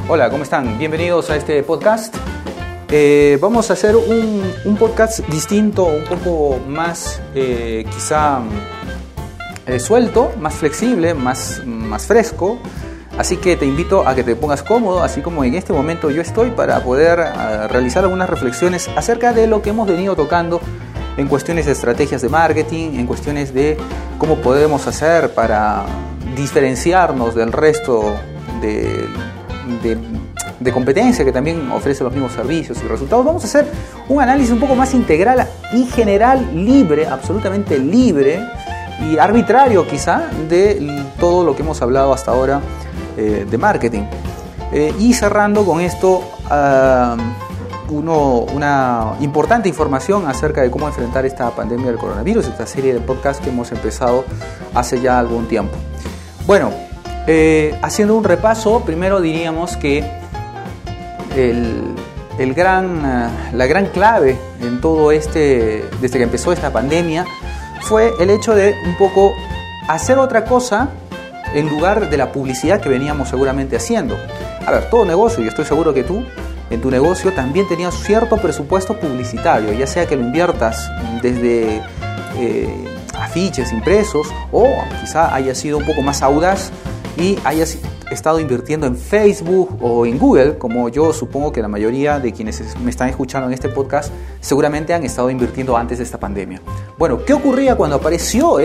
Hola, ¿cómo están? Bienvenidos a este podcast. Vamos a hacer un podcast distinto, un poco más quizá suelto, más flexible, más fresco. Así que te invito a que te pongas cómodo, así como en este momento yo estoy, para poder realizar algunas reflexiones acerca de lo que hemos venido tocando en cuestiones de estrategias de marketing, en cuestiones de cómo podemos hacer para diferenciarnos del resto de competencia que también ofrece los mismos servicios y resultados. Vamos a hacer un análisis un poco más integral y general, libre, absolutamente libre y arbitrario quizá, de todo lo que hemos hablado hasta ahora de marketing. Y cerrando con esto una importante información acerca de cómo enfrentar esta pandemia del coronavirus, esta serie de podcasts que hemos empezado hace ya algún tiempo. Bueno, haciendo un repaso, primero diríamos que la gran clave en todo desde que empezó esta pandemia, fue el hecho de un poco hacer otra cosa en lugar de la publicidad que veníamos seguramente haciendo. A ver, todo negocio, y estoy seguro que tú en tu negocio también tenías cierto presupuesto publicitario, ya sea que lo inviertas desde afiches impresos, o quizá haya sido un poco más audaz y hayas estado invirtiendo en Facebook o en Google, como yo supongo que la mayoría de quienes me están escuchando en este podcast seguramente han estado invirtiendo antes de esta pandemia. Bueno, ¿qué ocurría cuando apareció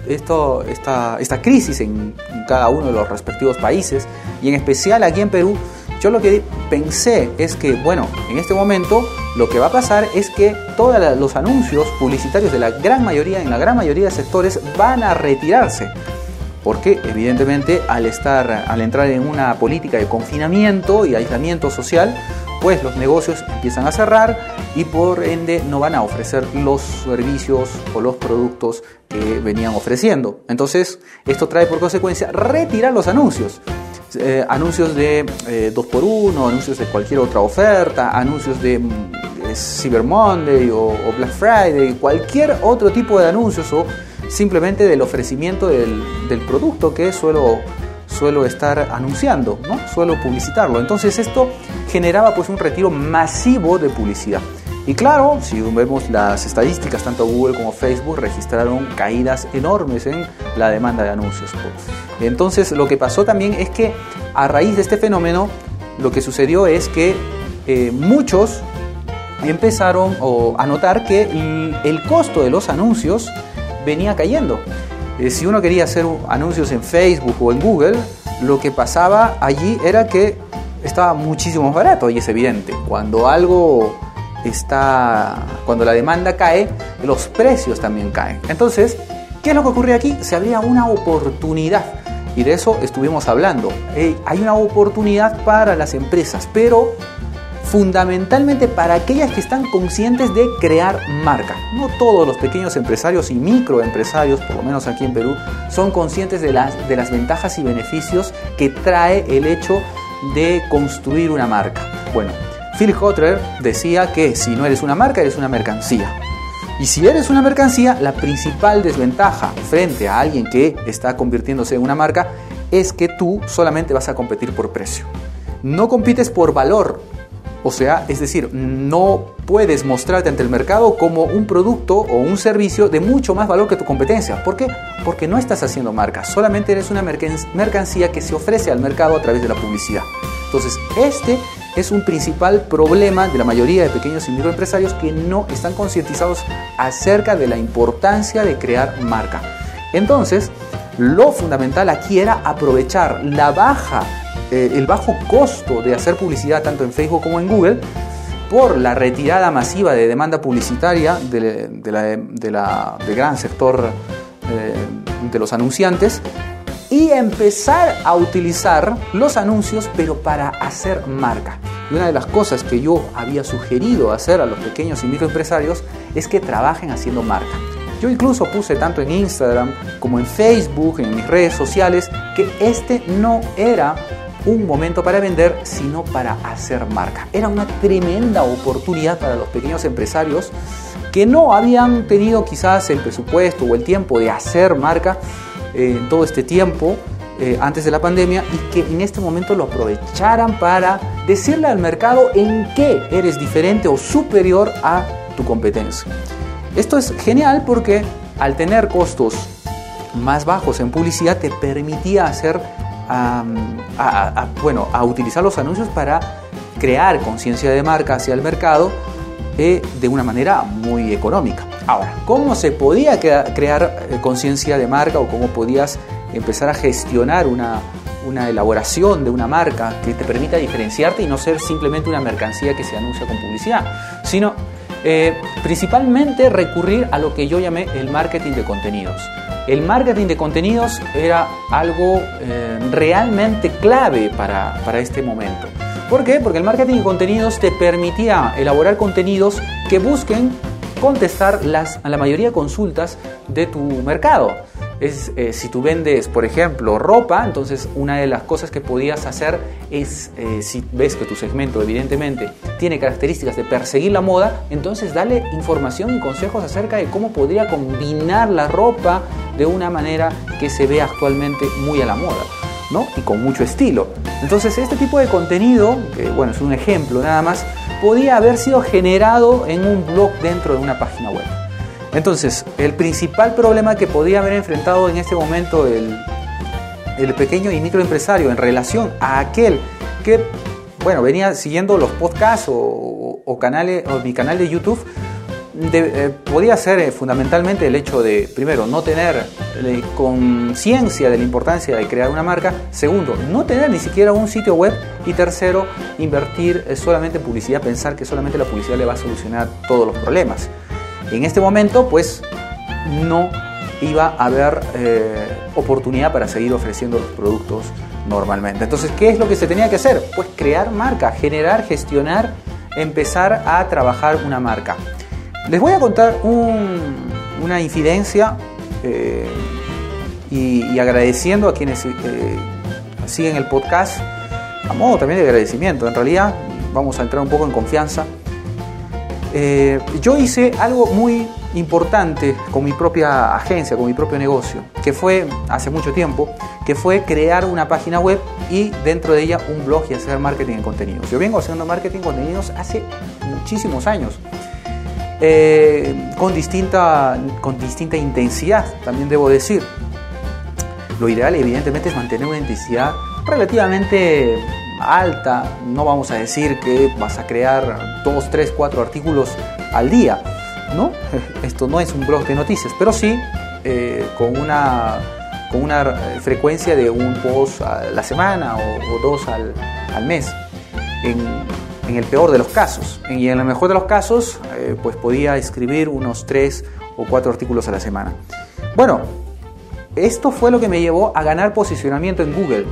esta crisis en cada uno de los respectivos países, y en especial aquí en Perú? Yo lo que pensé es que, bueno, en este momento lo que va a pasar es que todos los anuncios publicitarios en la gran mayoría de sectores van a retirarse. Porque evidentemente al entrar en una política de confinamiento y aislamiento social, pues los negocios empiezan a cerrar y por ende no van a ofrecer los servicios o los productos que venían ofreciendo. Entonces esto trae por consecuencia retirar los anuncios. Anuncios de 2x1, anuncios de cualquier otra oferta, anuncios de Cyber Monday o Black Friday, cualquier otro tipo de anuncios, o simplemente del ofrecimiento del producto que suelo estar anunciando, ¿no? Suelo publicitarlo. Entonces esto generaba pues un retiro masivo de publicidad. Y claro, si vemos las estadísticas, tanto Google como Facebook registraron caídas enormes en la demanda de anuncios. Entonces lo que pasó también es que a raíz de este fenómeno, lo que sucedió es que muchos empezaron a notar que el costo de los anuncios venía cayendo. Si uno quería hacer anuncios en Facebook o en Google, lo que pasaba allí era que estaba muchísimo más barato, y es evidente, cuando la demanda cae, los precios también caen. Entonces, ¿qué es lo que ocurre aquí? Se abría una oportunidad, y de eso estuvimos hablando. Hay una oportunidad para las empresas, pero fundamentalmente para aquellas que están conscientes de crear marca. No todos los pequeños empresarios y microempresarios, por lo menos aquí en Perú, son conscientes de las ventajas y beneficios que trae el hecho de construir una marca. Bueno, Phil Kotler decía que si no eres una marca, eres una mercancía. Y si eres una mercancía, la principal desventaja frente a alguien que está convirtiéndose en una marca es que tú solamente vas a competir por precio. No compites por valor. O sea, es decir, no puedes mostrarte ante el mercado como un producto o un servicio de mucho más valor que tu competencia. ¿Por qué? Porque no estás haciendo marca, solamente eres una mercancía que se ofrece al mercado a través de la publicidad. Entonces, este es un principal problema de la mayoría de pequeños y microempresarios que no están concientizados acerca de la importancia de crear marca. Entonces, lo fundamental aquí era aprovechar el bajo costo de hacer publicidad tanto en Facebook como en Google por la retirada masiva de demanda publicitaria del gran sector de los anunciantes, y empezar a utilizar los anuncios pero para hacer marca. Y una de las cosas que yo había sugerido hacer a los pequeños y microempresarios es que trabajen haciendo marca. Yo incluso puse tanto en Instagram como en Facebook, en mis redes sociales, que este no era un momento para vender, sino para hacer marca. Era una tremenda oportunidad para los pequeños empresarios que no habían tenido quizás el presupuesto o el tiempo de hacer marca en todo este tiempo, antes de la pandemia, y que en este momento lo aprovecharan para decirle al mercado en qué eres diferente o superior a tu competencia. Esto es genial porque al tener costos más bajos en publicidad te permitía hacer a utilizar los anuncios para crear conciencia de marca hacia el mercado de una manera muy económica. Ahora, ¿cómo se podía crear conciencia de marca, o cómo podías empezar a gestionar una elaboración de una marca que te permita diferenciarte y no ser simplemente una mercancía que se anuncia con publicidad, sino principalmente recurrir a lo que yo llamé el marketing de contenidos? El marketing de contenidos era algo realmente clave para este momento. ¿Por qué? Porque el marketing de contenidos te permitía elaborar contenidos que busquen contestar a la mayoría de consultas de tu mercado. Si tú vendes, por ejemplo, ropa, entonces una de las cosas que podías hacer es, si ves que tu segmento evidentemente tiene características de perseguir la moda, entonces dale información y consejos acerca de cómo podría combinar la ropa de una manera que se ve actualmente muy a la moda, ¿no? Y con mucho estilo. Entonces este tipo de contenido, que bueno, es un ejemplo nada más, podía haber sido generado en un blog dentro de una página web. Entonces, el principal problema que podía haber enfrentado en este momento el pequeño y microempresario en relación a aquel que, bueno, venía siguiendo los podcasts o mi canal de YouTube, podía ser fundamentalmente el hecho de, primero, no tener conciencia de la importancia de crear una marca; segundo, no tener ni siquiera un sitio web; y tercero, invertir solamente en publicidad, pensar que solamente la publicidad le va a solucionar todos los problemas. En este momento, pues, no iba a haber oportunidad para seguir ofreciendo los productos normalmente. Entonces, ¿qué es lo que se tenía que hacer? Pues crear marca, generar, gestionar, empezar a trabajar una marca. Les voy a contar una infidencia y agradeciendo a quienes siguen el podcast, a modo también de agradecimiento. En realidad, vamos a entrar un poco en confianza. Yo hice algo muy importante con mi propia agencia, con mi propio negocio, que fue hace mucho tiempo, que fue crear una página web y dentro de ella un blog y hacer marketing en contenidos. Yo vengo haciendo marketing en contenidos hace muchísimos años, con distinta intensidad, también debo decir. Lo ideal, evidentemente, es mantener una intensidad relativamente alta. No vamos a decir que vas a crear 2, 3, 4 artículos al día, ¿no? Esto no es un blog de noticias, pero sí con una frecuencia de un post a la semana o 2 al mes, en el peor de los casos. Y en el mejor de los casos, pues podía escribir unos 3 o 4 artículos a la semana. Bueno, esto fue lo que me llevó a ganar posicionamiento en Google.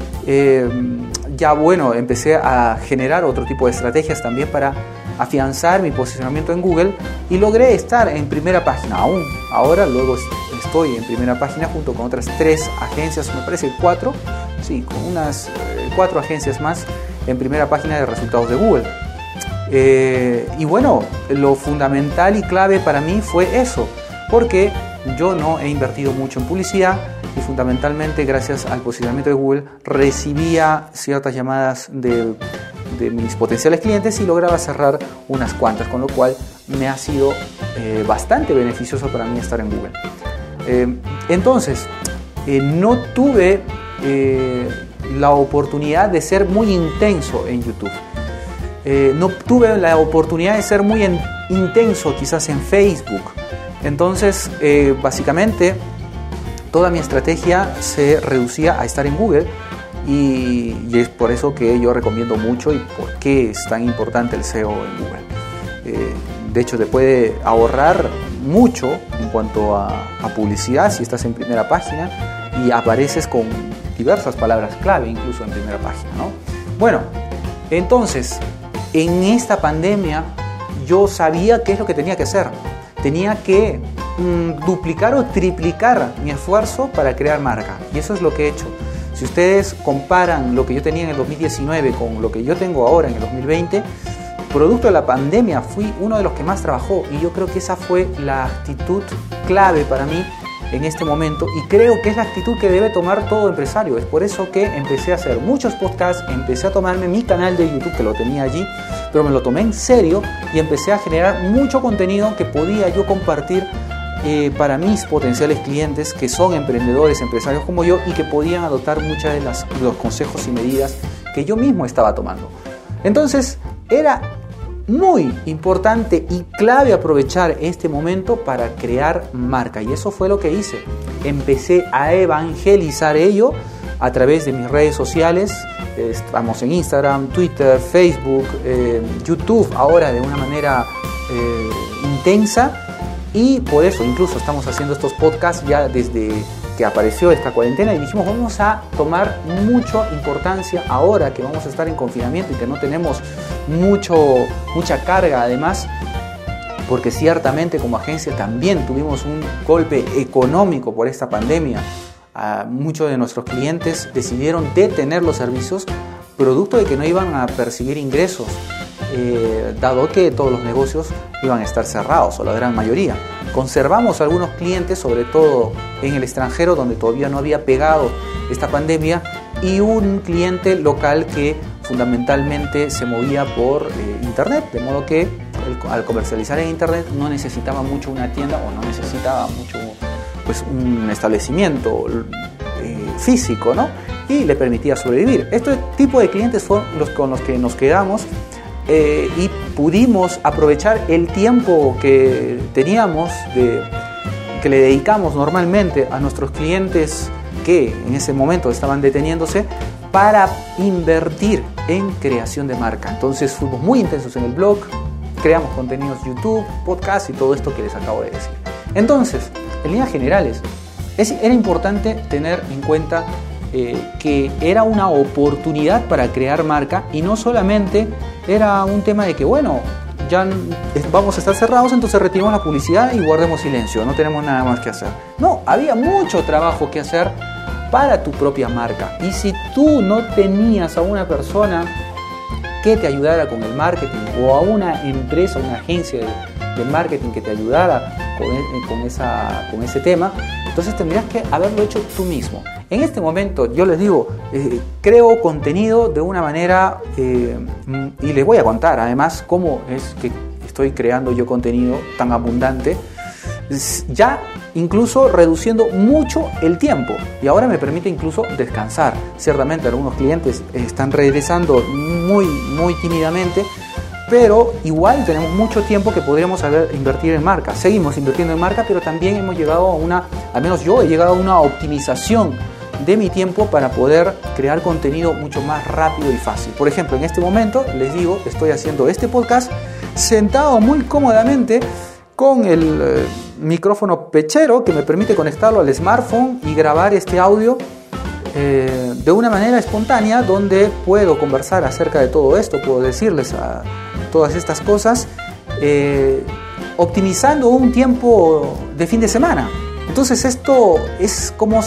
Ya bueno, empecé a generar otro tipo de estrategias también para afianzar mi posicionamiento en Google y logré estar en primera página aún. Ahora luego estoy en primera página junto con otras 3 agencias, me parece 4, sí, con unas 4 agencias más en primera página de resultados de Google. Y bueno, lo fundamental y clave para mí fue eso, porque yo no he invertido mucho en publicidad y fundamentalmente gracias al posicionamiento de Google recibía ciertas llamadas de mis potenciales clientes y lograba cerrar unas cuantas, con lo cual me ha sido bastante beneficioso para mí estar en Google. Entonces, no tuve la oportunidad de ser muy intenso en YouTube. No tuve la oportunidad de ser muy intenso quizás en Facebook. Entonces, básicamente, toda mi estrategia se reducía a estar en Google y es por eso que yo recomiendo mucho y por qué es tan importante el SEO en Google. De hecho, te puede ahorrar mucho en cuanto a publicidad si estás en primera página y apareces con diversas palabras clave incluso en primera página, ¿no? Bueno, entonces, en esta pandemia yo sabía qué es lo que tenía que hacer. Tenía que duplicar o triplicar mi esfuerzo para crear marca. Y eso es lo que he hecho. Si ustedes comparan lo que yo tenía en el 2019 con lo que yo tengo ahora en el 2020, producto de la pandemia fui uno de los que más trabajó. Y yo creo que esa fue la actitud clave para mí en este momento, y creo que es la actitud que debe tomar todo empresario. Es por eso que empecé a hacer muchos podcasts, empecé a tomarme mi canal de YouTube, que lo tenía allí, pero me lo tomé en serio y empecé a generar mucho contenido que podía yo compartir para mis potenciales clientes que son emprendedores, empresarios como yo, y que podían adoptar muchos de los consejos y medidas que yo mismo estaba tomando. Entonces era muy importante y clave aprovechar este momento para crear marca, y eso fue lo que hice. Empecé a evangelizar ello a través de mis redes sociales. Estamos en Instagram, Twitter, Facebook, YouTube ahora de una manera intensa, y por eso incluso estamos haciendo estos podcasts ya desde que apareció esta cuarentena, y dijimos vamos a tomar mucha importancia ahora que vamos a estar en confinamiento y que no tenemos mucha carga además, porque ciertamente como agencia también tuvimos un golpe económico por esta pandemia. Muchos de nuestros clientes decidieron detener los servicios producto de que no iban a percibir ingresos, dado que todos los negocios iban a estar cerrados, o la gran mayoría. Conservamos algunos clientes, sobre todo en el extranjero, donde todavía no había pegado esta pandemia, y un cliente local que fundamentalmente se movía por internet, de modo que al comercializar en internet no necesitaba mucho una tienda, o no necesitaba mucho pues un establecimiento físico, ¿no? Y le permitía sobrevivir. Este tipo de clientes fueron los con los que nos quedamos, y pudimos aprovechar el tiempo que teníamos, que le dedicamos normalmente a nuestros clientes que en ese momento estaban deteniéndose, para invertir en creación de marca. Entonces fuimos muy intensos en el blog, creamos contenidos YouTube, podcast y todo esto que les acabo de decir. Entonces, en líneas generales, era importante tener en cuenta que era una oportunidad para crear marca, y no solamente era un tema de que bueno, ya vamos a estar cerrados, entonces retiramos la publicidad y guardemos silencio, no tenemos nada más que hacer. No, había mucho trabajo que hacer para tu propia marca, y si tú no tenías a una persona que te ayudara con el marketing, o a una empresa, una agencia de marketing que te ayudara con ese tema, entonces tendrías que haberlo hecho tú mismo. En este momento, yo les digo, creo contenido de una manera, y les voy a contar además cómo es que estoy creando yo contenido tan abundante, ya incluso reduciendo mucho el tiempo, y ahora me permite incluso descansar. Ciertamente algunos clientes están regresando muy tímidamente, pero igual tenemos mucho tiempo que podríamos invertir en marca. Seguimos invirtiendo en marca, pero también hemos llegado al menos yo he llegado a una optimización de mi tiempo para poder crear contenido mucho más rápido y fácil. Por ejemplo, en este momento, les digo, estoy haciendo este podcast sentado muy cómodamente con el micrófono pechero que me permite conectarlo al smartphone y grabar este audio de una manera espontánea, donde puedo conversar acerca de todo esto, puedo decirles a todas estas cosas, optimizando un tiempo de fin de semana. Entonces esto es como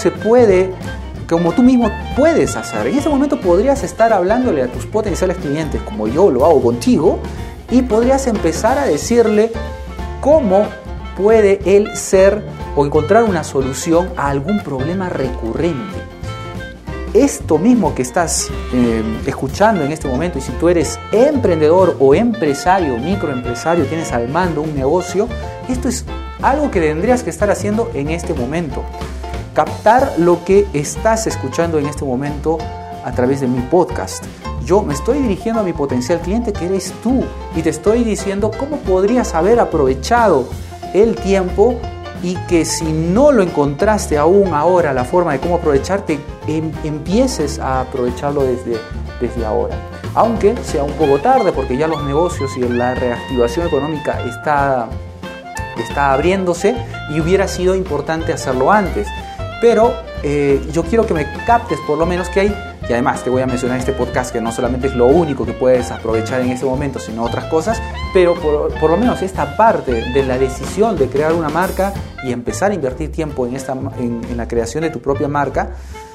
tú mismo puedes hacer. En este momento podrías estar hablándole a tus potenciales clientes, como yo lo hago contigo, y podrías empezar a decirle cómo puede él ser o encontrar una solución a algún problema recurrente. Esto mismo que estás escuchando en este momento, y si tú eres emprendedor o empresario, microempresario, tienes al mando un negocio, esto es algo que tendrías que estar haciendo en este momento. Captar lo que estás escuchando en este momento a través de mi podcast. Yo me estoy dirigiendo a mi potencial cliente, que eres tú, y te estoy diciendo cómo podrías haber aprovechado el tiempo, y que si no lo encontraste aún ahora la forma de cómo aprovecharte, empieces a aprovecharlo desde ahora. Aunque sea un poco tarde, porque ya los negocios y la reactivación económica está abriéndose, y hubiera sido importante hacerlo antes. Pero yo quiero que me captes por lo menos que hay, y además te voy a mencionar en este podcast que no solamente es lo único que puedes aprovechar en este momento, sino otras cosas, pero por lo menos esta parte de la decisión de crear una marca y empezar a invertir tiempo en la creación de tu propia marca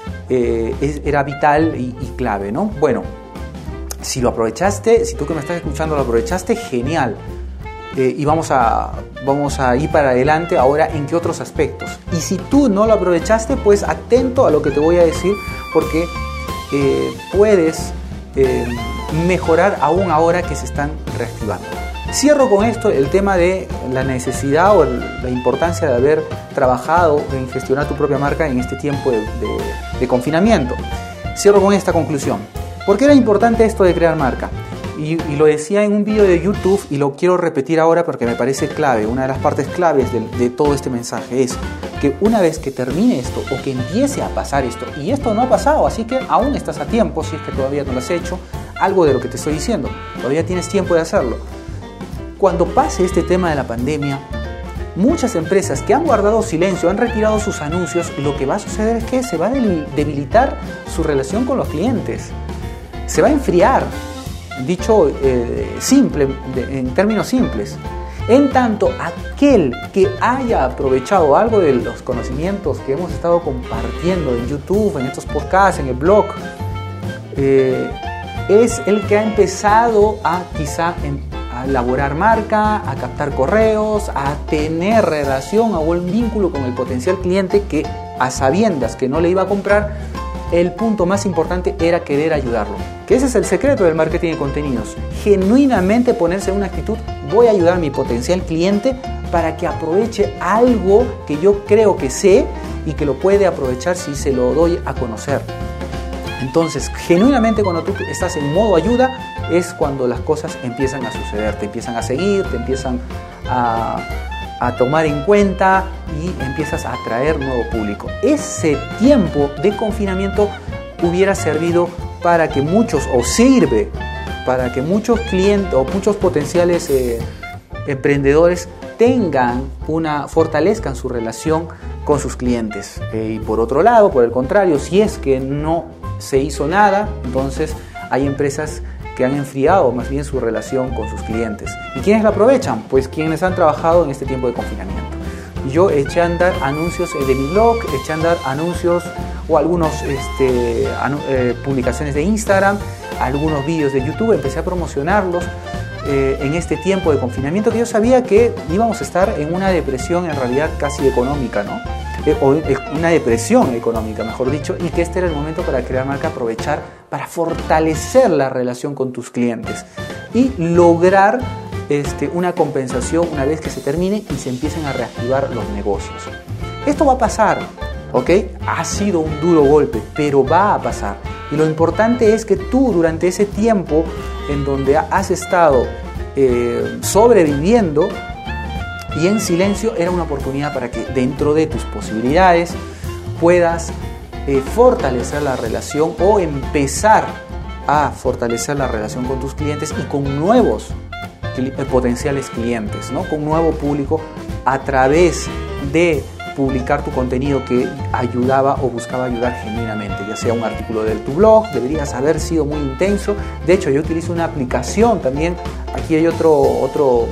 era vital y clave, ¿no? Bueno, si lo aprovechaste, si tú que me estás escuchando lo aprovechaste, genial. y vamos a ir para adelante ahora en qué otros aspectos. Y si tú no lo aprovechaste, pues atento a lo que te voy a decir, porque puedes mejorar aún ahora que se están reactivando. Cierro con esto el tema de la necesidad o la importancia de haber trabajado en gestionar tu propia marca en este tiempo de confinamiento. Cierro con esta conclusión. ¿Por qué era importante esto de crear marca? Y lo decía en un video de YouTube y lo quiero repetir ahora porque me parece clave. Una de las partes claves de todo este mensaje es que una vez que termine esto o que empiece a pasar esto, y esto no ha pasado, así que aún estás a tiempo, si es que todavía no lo has hecho, algo de lo que te estoy diciendo, todavía tienes tiempo de hacerlo. Cuando pase este tema de la pandemia, muchas empresas que han guardado silencio, han retirado sus anuncios, lo que va a suceder es que se va a debilitar su relación con los clientes. Se va a enfriar, dicho simple, en términos simples. En tanto, aquel que haya aprovechado algo de los conocimientos que hemos estado compartiendo en YouTube, en estos podcasts, en el blog, es el que ha empezado a quizá a elaborar marca, a captar correos, a tener relación o un vínculo con el potencial cliente que, a sabiendas que no le iba a comprar, el punto más importante era querer ayudarlo. Que ese es el secreto del marketing de contenidos. Genuinamente ponerse en una actitud, voy a ayudar a mi potencial cliente para que aproveche algo que yo creo que sé y que lo puede aprovechar si se lo doy a conocer. Entonces, genuinamente cuando tú estás en modo ayuda es cuando las cosas empiezan a suceder, te empiezan a seguir, te empiezan a tomar en cuenta y empiezas a atraer nuevo público. Ese tiempo de confinamiento hubiera servido para que muchos, o sirve para que muchos clientes o muchos potenciales emprendedores fortalezcan su relación con sus clientes. Y por otro lado, por el contrario, si es que no se hizo nada, entonces hay empresas que han enfriado más bien su relación con sus clientes. ¿Y quiénes la aprovechan? Pues quienes han trabajado en este tiempo de confinamiento. Yo eché a andar anuncios de mi blog, eché a andar anuncios o algunos publicaciones de Instagram, algunos vídeos de YouTube, empecé a promocionarlos en este tiempo de confinamiento que yo sabía que íbamos a estar en una depresión en realidad casi económica, ¿no? O una depresión económica, mejor dicho, y que este era el momento para crear marca, aprovechar para fortalecer la relación con tus clientes y lograr una compensación una vez que se termine y se empiecen a reactivar los negocios. Esto va a pasar, ¿ok? Ha sido un duro golpe, pero va a pasar. Y lo importante es que tú durante ese tiempo en donde has estado sobreviviendo y en silencio, era una oportunidad para que dentro de tus posibilidades puedas fortalecer la relación o empezar a fortalecer la relación con tus clientes y con nuevos potenciales clientes, ¿no? Con nuevo público a través de publicar tu contenido que ayudaba o buscaba ayudar genuinamente, ya sea un artículo de tu blog, deberías haber sido muy intenso. De hecho, yo utilizo una aplicación también. Aquí hay otro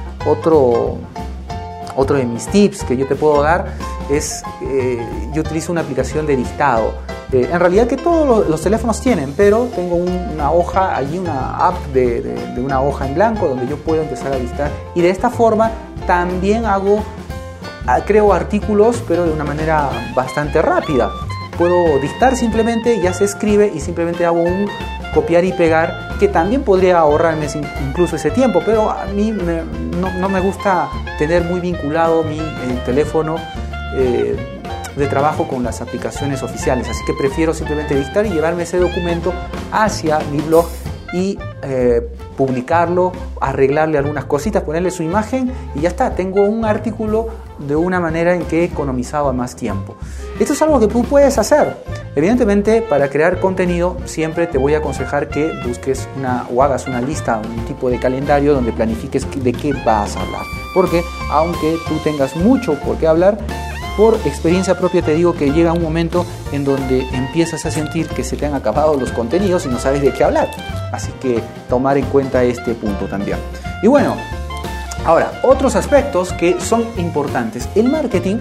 de mis tips que yo te puedo dar es, yo utilizo una aplicación de dictado. En realidad que todos los teléfonos tienen, pero tengo una hoja, allí una app de una hoja en blanco donde yo puedo empezar a dictar. Y de esta forma también creo artículos, pero de una manera bastante rápida. Puedo dictar simplemente, ya se escribe y simplemente hago un copiar y pegar, que también podría ahorrarme incluso ese tiempo, pero a mí no me gusta tener muy vinculado mi teléfono de trabajo con las aplicaciones oficiales, así que prefiero simplemente dictar y llevarme ese documento hacia mi blog y publicarlo, arreglarle algunas cositas, ponerle su imagen y ya está, tengo un artículo de una manera en que he economizado más tiempo. Esto es algo que tú puedes hacer. Evidentemente, para crear contenido siempre te voy a aconsejar que busques o hagas una lista, un tipo de calendario donde planifiques de qué vas a hablar, porque aunque tú tengas mucho por qué hablar, por experiencia propia te digo que llega un momento en donde empiezas a sentir que se te han acabado los contenidos y no sabes de qué hablar. Así que tomar en cuenta este punto también. Y bueno, ahora, otros aspectos que son importantes. El marketing,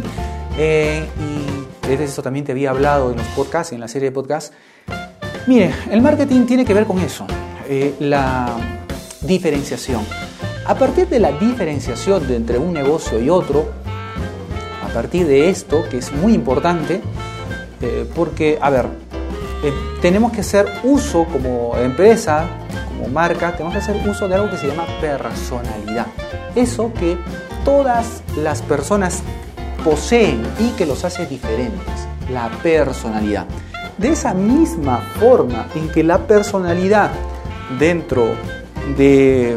y de eso también te había hablado en los podcasts, en la serie de podcasts. Mire, el marketing tiene que ver con eso, la diferenciación. A partir de la diferenciación entre un negocio y otro, a partir de esto, que es muy importante, porque, a ver, tenemos que hacer uso como empresa, como marca, tenemos que hacer uso de algo que se llama personalidad. Eso que todas las personas poseen y que los hace diferentes, la personalidad. De esa misma forma en que la personalidad dentro de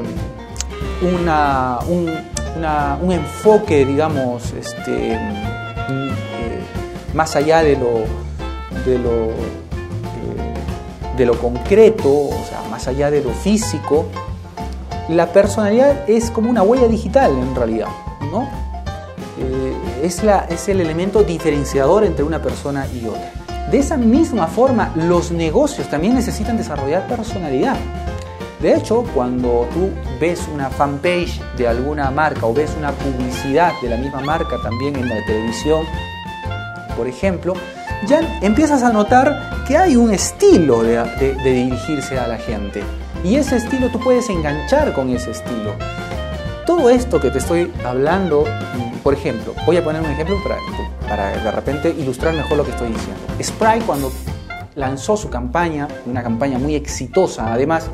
un enfoque, digamos, más allá de lo concreto, o sea, más allá de lo físico, la personalidad es como una huella digital en realidad, ¿no? Es el elemento diferenciador entre una persona y otra. De esa misma forma, los negocios también necesitan desarrollar personalidad. De hecho, cuando tú ves una fanpage de alguna marca o ves una publicidad de la misma marca también en la televisión, por ejemplo, ya empiezas a notar que hay un estilo de dirigirse a la gente. Y ese estilo, tú puedes enganchar con ese estilo. Todo esto que te estoy hablando, por ejemplo, voy a poner un ejemplo para de repente ilustrar mejor lo que estoy diciendo. Sprite, cuando lanzó su campaña, una campaña muy exitosa además,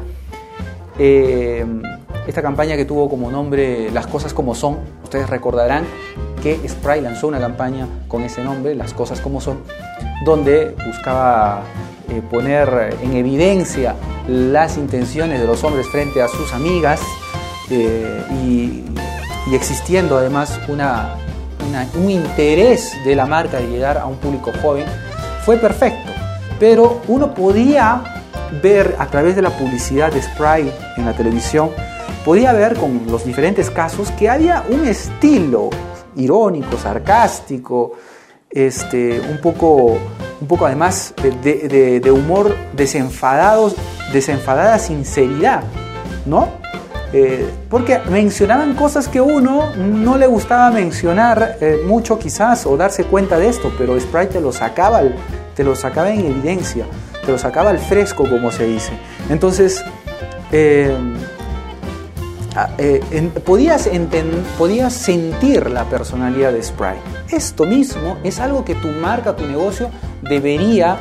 esta campaña que tuvo como nombre Las Cosas Como Son, ustedes recordarán que Sprite lanzó una campaña con ese nombre, Las Cosas Como Son, donde buscaba poner en evidencia las intenciones de los hombres frente a sus amigas, y existiendo además un interés de la marca de llegar a un público joven. Fue perfecto, pero uno podía ver a través de la publicidad de Sprite en la televisión, podía ver con los diferentes casos que había un estilo irónico, sarcástico, un poco además de humor desenfadada sinceridad, ¿no? Porque mencionaban cosas que uno no le gustaba mencionar mucho quizás, o darse cuenta de esto, pero Sprite te lo sacaba en evidencia, te lo sacaba al fresco, como se dice. Entonces podías sentir la personalidad de Sprite. Esto mismo es algo que tu marca, tu negocio debería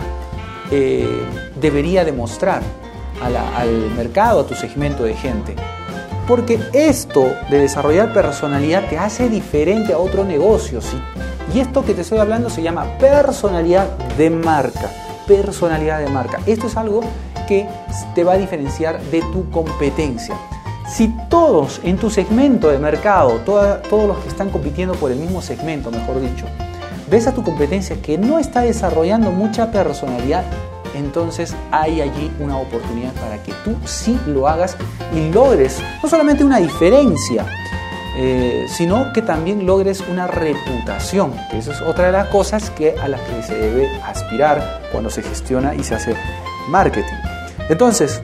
demostrar al mercado, a tu segmento de gente. Porque esto de desarrollar personalidad te hace diferente a otro negocio, ¿sí? Y esto que te estoy hablando se llama personalidad de marca. Personalidad de marca. Esto es algo que te va a diferenciar de tu competencia. Si todos en tu segmento de mercado, todos los que están compitiendo por el mismo segmento, mejor dicho, ves a tu competencia que no está desarrollando mucha personalidad, entonces hay allí una oportunidad para que tú sí lo hagas y logres no solamente una diferencia, sino que también logres una reputación, que eso es otra de las cosas a las que se debe aspirar cuando se gestiona y se hace marketing. Entonces,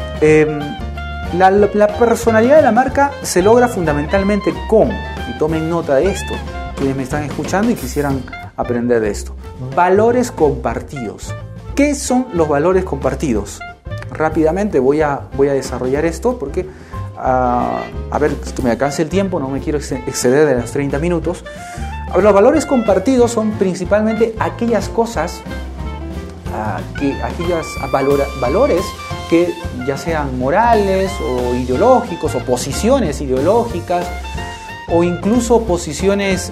la personalidad de la marca se logra fundamentalmente con, y tomen nota de esto, quienes me están escuchando y quisieran aprender de esto, valores compartidos. ¿Qué son los valores compartidos? Rápidamente voy a desarrollar esto porque, a ver, que me alcance el tiempo, no me quiero exceder de los 30 minutos. Los valores compartidos son principalmente aquellas cosas, valores que ya sean morales o ideológicos o posiciones ideológicas o incluso posiciones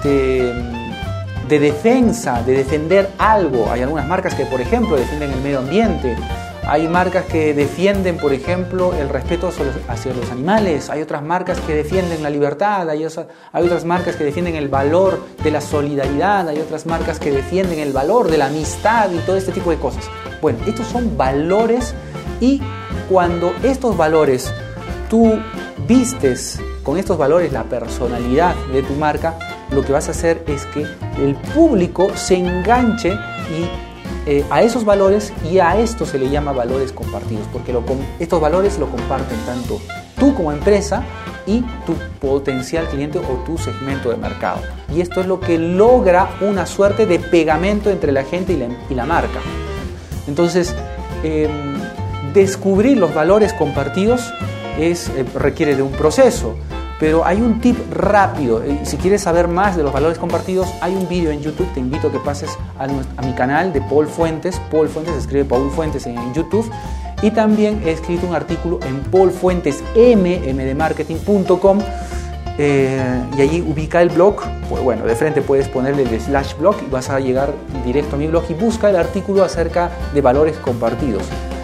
de defensa, de defender algo. Hay algunas marcas que, por ejemplo, defienden el medio ambiente. Hay marcas que defienden, por ejemplo, el respeto hacia los animales. Hay otras marcas que defienden la libertad. Hay otras marcas que defienden el valor de la solidaridad. Hay otras marcas que defienden el valor de la amistad y todo este tipo de cosas. Bueno, estos son valores, y cuando estos valores tú vistes con estos valores la personalidad de tu marca, lo que vas a hacer es que el público se enganche a esos valores, y a esto se le llama valores compartidos, porque estos valores lo comparten tanto tú como empresa y tu potencial cliente o tu segmento de mercado. Y esto es lo que logra una suerte de pegamento entre la gente y la marca. Entonces, descubrir los valores compartidos requiere de un proceso. Pero hay un tip rápido. Si quieres saber más de los valores compartidos, hay un vídeo en YouTube. Te invito a que pases a mi canal de Paul Fuentes. Paul Fuentes, se escribe Paul Fuentes en YouTube. Y también he escrito un artículo en paulfuentesmdemarketing.com. Y allí ubica el blog. Pues bueno, de frente puedes ponerle el /blog y vas a llegar directo a mi blog y busca el artículo acerca de valores compartidos.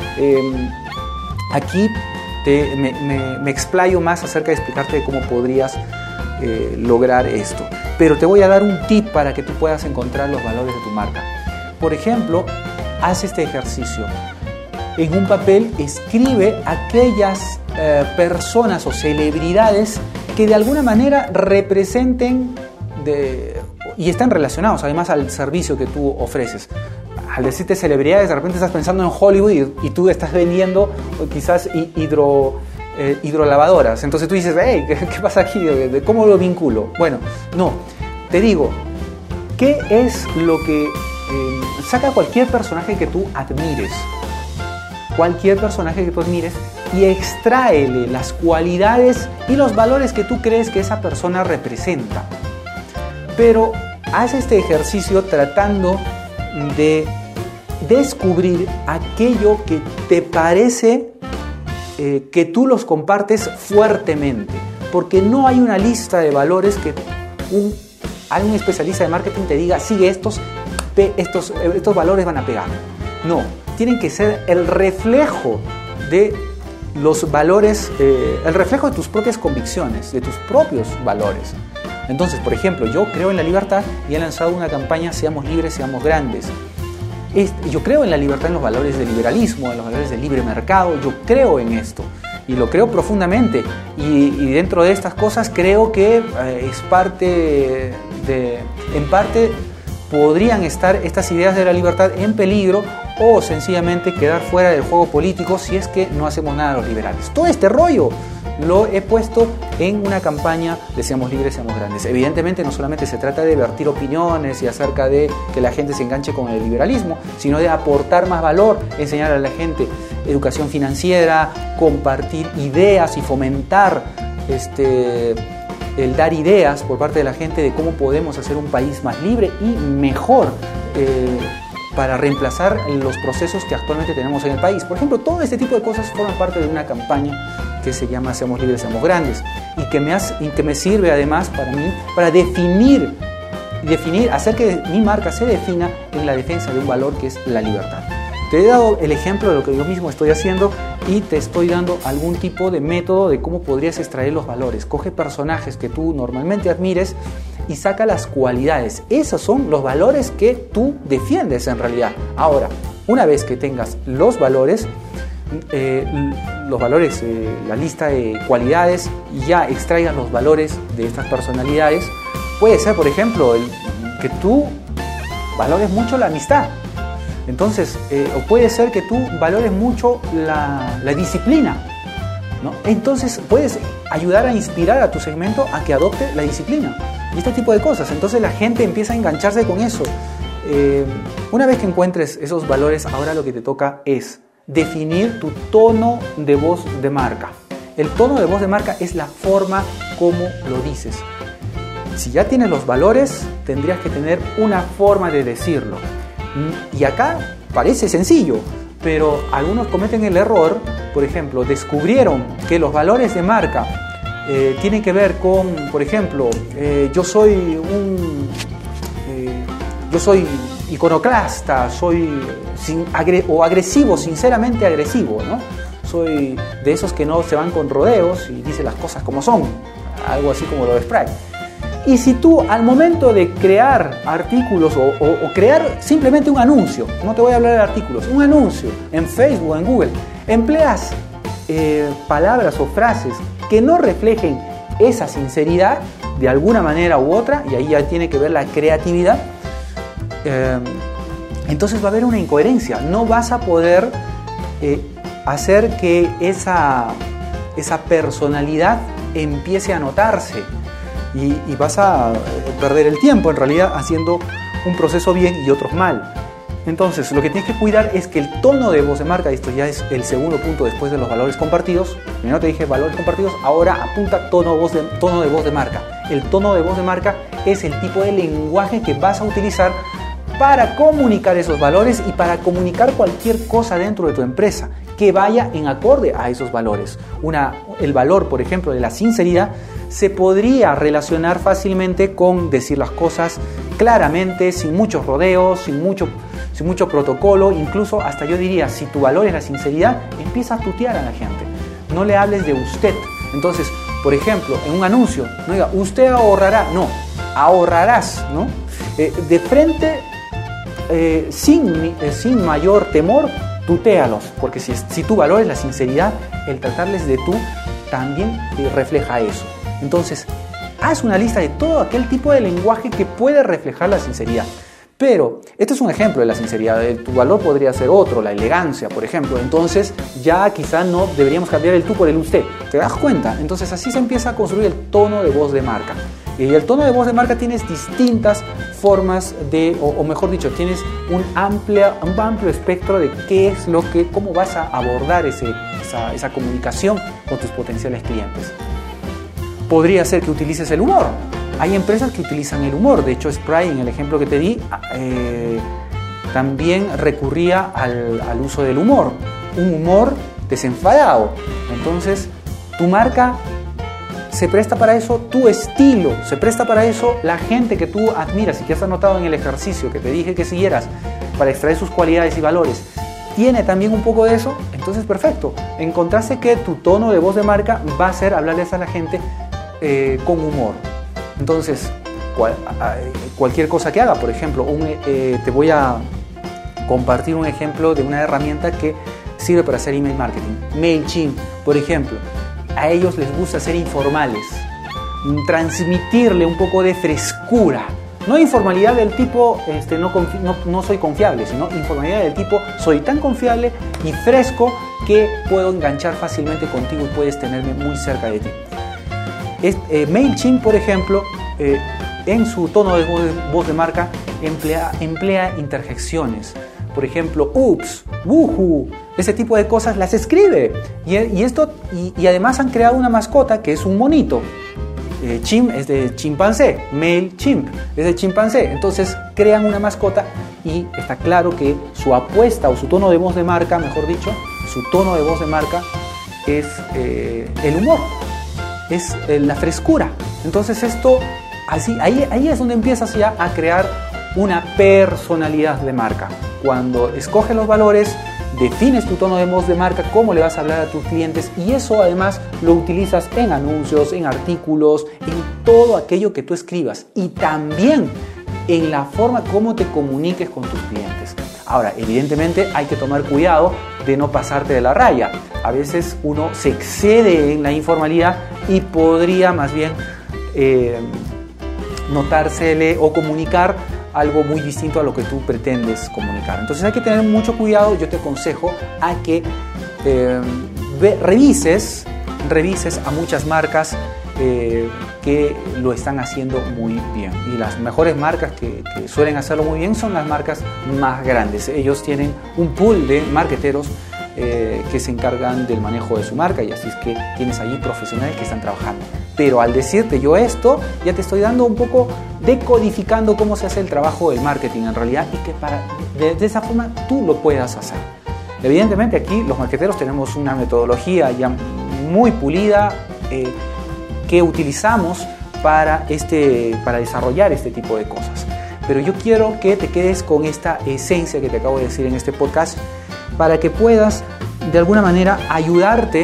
Aquí me explayo más acerca de explicarte de cómo podrías lograr esto. Pero te voy a dar un tip para que tú puedas encontrar los valores de tu marca. Por ejemplo, haz este ejercicio. En un papel escribe aquellas personas o celebridades que de alguna manera representen y están relacionados además al servicio que tú ofreces. Al decirte celebridades, de repente estás pensando en Hollywood y tú estás vendiendo quizás hidrolavadoras. Entonces tú dices, hey, ¿qué pasa aquí? ¿Cómo lo vinculo? Bueno, no, te digo, ¿qué es lo que saca cualquier personaje que tú admires? Cualquier personaje que tú admires y extráele las cualidades y los valores que tú crees que esa persona representa. Pero haz este ejercicio tratando de descubrir aquello que te parece que tú los compartes fuertemente, porque no hay una lista de valores que algún especialista de marketing te diga sigue estos valores van a pegar. No, tienen que ser el reflejo de los valores, el reflejo de tus propias convicciones, de tus propios valores. Entonces, por ejemplo, yo creo en la libertad y he lanzado una campaña Seamos Libres, Seamos Grandes. Yo creo en la libertad, en los valores del liberalismo, en los valores del libre mercado. Yo creo en esto y lo creo profundamente. Y dentro de estas cosas creo que en parte podrían estar estas ideas de la libertad en peligro o sencillamente quedar fuera del juego político si es que no hacemos nada los liberales. Todo este rollo lo he puesto en una campaña de Seamos Libres, Seamos Grandes. Evidentemente no solamente se trata de vertir opiniones y acerca de que la gente se enganche con el liberalismo, sino de aportar más valor, enseñar a la gente educación financiera, compartir ideas y fomentar el dar ideas por parte de la gente de cómo podemos hacer un país más libre y mejor para reemplazar los procesos que actualmente tenemos en el país. Por ejemplo, todo este tipo de cosas forman parte de una campaña que se llama Seamos Libres, Seamos Grandes y que me sirve además para mí para definir, hacer que mi marca se defina en la defensa de un valor que es la libertad. Te he dado el ejemplo de lo que yo mismo estoy haciendo y te estoy dando algún tipo de método de cómo podrías extraer los valores. Coge personajes que tú normalmente admires y saca las cualidades. Esos son los valores que tú defiendes en realidad. Ahora, una vez que tengas los valores, la lista de cualidades y ya extraigas los valores de estas personalidades, puede ser, por ejemplo, que tú valores mucho la amistad. Entonces, o puede ser que tú valores mucho la disciplina, ¿no? Entonces, puedes ayudar a inspirar a tu segmento a que adopte la disciplina y este tipo de cosas. Entonces, la gente empieza a engancharse con eso. Una vez que encuentres esos valores, ahora lo que te toca es definir tu tono de voz de marca. El tono de voz de marca es la forma como lo dices. Si ya tienes los valores, tendrías que tener una forma de decirlo. Y acá parece sencillo, pero algunos cometen el error. Por ejemplo, descubrieron que los valores de marca tienen que ver con, por ejemplo, yo soy iconoclasta, soy agresivo, sinceramente agresivo, ¿no? Soy de esos que no se van con rodeos y dicen las cosas como son, algo así como lo de Sprite. Y si tú al momento de crear artículos o crear simplemente un anuncio, no te voy a hablar de artículos, un anuncio en Facebook o en Google, empleas palabras o frases que no reflejen esa sinceridad de alguna manera u otra, y ahí ya tiene que ver la creatividad, entonces va a haber una incoherencia. No vas a poder hacer que esa personalidad empiece a notarse. Y vas a perder el tiempo en realidad haciendo un proceso bien y otros mal. Entonces, lo que tienes que cuidar es que el tono de voz de marca, esto ya es el segundo punto después de los valores compartidos. Primero te dije valores compartidos, ahora apunta tono de voz de marca. El tono de voz de marca es el tipo de lenguaje que vas a utilizar para comunicar esos valores y para comunicar cualquier cosa dentro de tu empresa que vaya en acorde a esos valores. El valor, por ejemplo, de la sinceridad se podría relacionar fácilmente con decir las cosas claramente, sin muchos rodeos, sin mucho protocolo. Incluso hasta yo diría, si tu valor es la sinceridad, empieza a tutear a la gente. No le hables de usted. Entonces, por ejemplo, en un anuncio, no diga usted ahorrará, no, ahorrarás, ¿no? De frente, sin mayor temor, tutéalos, porque si tu valor es la sinceridad, el tratarles de tú también refleja eso. Entonces, haz una lista de todo aquel tipo de lenguaje que puede reflejar la sinceridad. Pero, este es un ejemplo de la sinceridad. Tu valor podría ser otro, la elegancia, por ejemplo. Entonces, ya quizá no deberíamos cambiar el tú por el usted. ¿Te das cuenta? Entonces, así se empieza a construir el tono de voz de marca. Y el tono de voz de marca tienes distintas formas o mejor dicho, tienes un amplio espectro de cómo vas a abordar esa comunicación con tus potenciales clientes. Podría ser que utilices el humor. Hay empresas que utilizan el humor. De hecho, Spray, en el ejemplo que te di, también recurría al uso del humor. Un humor desenfadado. Entonces, tu marca se presta para eso, tu estilo se presta para eso, la gente que tú admiras y que has anotado en el ejercicio que te dije que siguieras para extraer sus cualidades y valores, tiene también un poco de eso. Entonces, perfecto. Encontraste que tu tono de voz de marca va a ser hablarles a la gente con humor. Entonces, cualquier cosa que haga, por ejemplo, te voy a compartir un ejemplo de una herramienta que sirve para hacer email marketing. MailChimp, por ejemplo. A ellos les gusta ser informales, transmitirle un poco de frescura. No informalidad del tipo no soy confiable, sino informalidad del tipo soy tan confiable y fresco que puedo enganchar fácilmente contigo y puedes tenerme muy cerca de ti. MailChimp, por ejemplo, en su tono de voz de marca emplea interjecciones. Por ejemplo, ups, wuhu, ese tipo de cosas las escribe. Y además han creado una mascota que es un monito. Chimp es de chimpancé, MailChimp es de chimpancé. Entonces crean una mascota y está claro que su apuesta o su tono de voz de marca, mejor dicho, su tono de voz de marca es el humor, es la frescura. Entonces ahí es donde empiezas ya a crear una personalidad de marca. Cuando escoges los valores, defines tu tono de voz de marca, cómo le vas a hablar a tus clientes, y eso además lo utilizas en anuncios, en artículos, en todo aquello que tú escribas y también en la forma como te comuniques con tus clientes. Ahora, evidentemente hay que tomar cuidado de no pasarte de la raya. A veces uno se excede en la informalidad y podría más bien notársele o comunicar algo muy distinto a lo que tú pretendes comunicar. Entonces hay que tener mucho cuidado. Yo te aconsejo a que revises a muchas marcas que lo están haciendo muy bien. Y las mejores marcas que suelen hacerlo muy bien son las marcas más grandes. Ellos tienen un pool de marketeros que se encargan del manejo de su marca, y así es que tienes allí profesionales que están trabajando. Pero al decirte yo esto, ya te estoy dando un poco decodificando cómo se hace el trabajo del marketing en realidad, y que de esa forma tú lo puedas hacer. Evidentemente aquí los marketeros tenemos una metodología ya muy pulida que utilizamos para desarrollar este tipo de cosas. Pero yo quiero que te quedes con esta esencia que te acabo de decir en este podcast, para que puedas de alguna manera ayudarte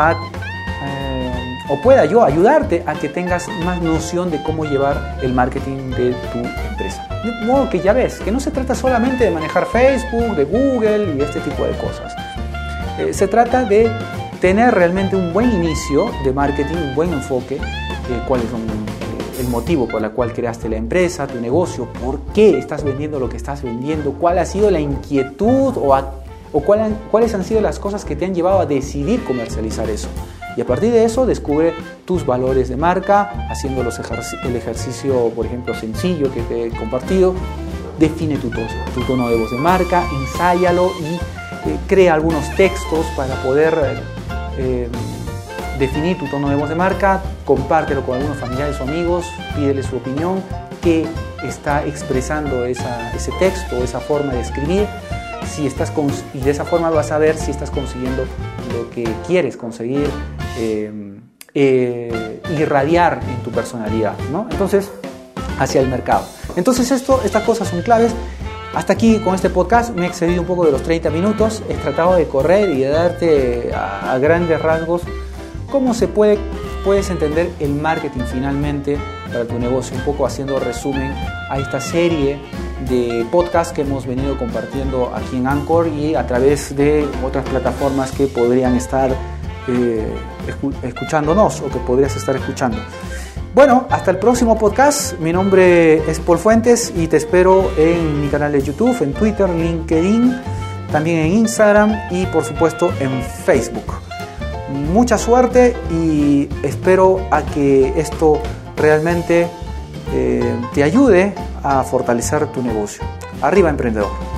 o pueda yo ayudarte a que tengas más noción de cómo llevar el marketing de tu empresa. De modo que ya ves que no se trata solamente de manejar Facebook, de Google y este tipo de cosas. Se trata de tener realmente un buen inicio de marketing, un buen enfoque, cuáles son el motivo por el cual creaste la empresa, tu negocio, por qué estás vendiendo lo que estás vendiendo, cuál ha sido la inquietud o cuáles han sido las cosas que te han llevado a decidir comercializar eso. Y a partir de eso descubre tus valores de marca, haciendo el ejercicio, por ejemplo, sencillo que te he compartido, define tu tono de voz de marca, ensáyalo y crea algunos textos para poder definir tu tono de voz de marca, compártelo con algunos familiares o amigos, pídele su opinión, qué está expresando ese texto, esa forma de escribir, y de esa forma vas a ver si estás consiguiendo lo que quieres conseguir, irradiar en tu personalidad, ¿no? Entonces, hacia el mercado. Entonces estas cosas son claves. Hasta aquí con este podcast me he excedido un poco de los 30 minutos. He tratado de correr y de darte a grandes rasgos cómo puedes entender el marketing finalmente para tu negocio, un poco haciendo resumen a esta serie de podcasts que hemos venido compartiendo aquí en Anchor y a través de otras plataformas que podrían estar escuchándonos o que podrías estar escuchando. Bueno, hasta el próximo podcast. Mi nombre es Paul Fuentes y te espero en mi canal de YouTube, en Twitter, LinkedIn, también en Instagram y por supuesto en Facebook. Mucha suerte y espero a que esto realmente te ayude a fortalecer tu negocio. Arriba, emprendedor.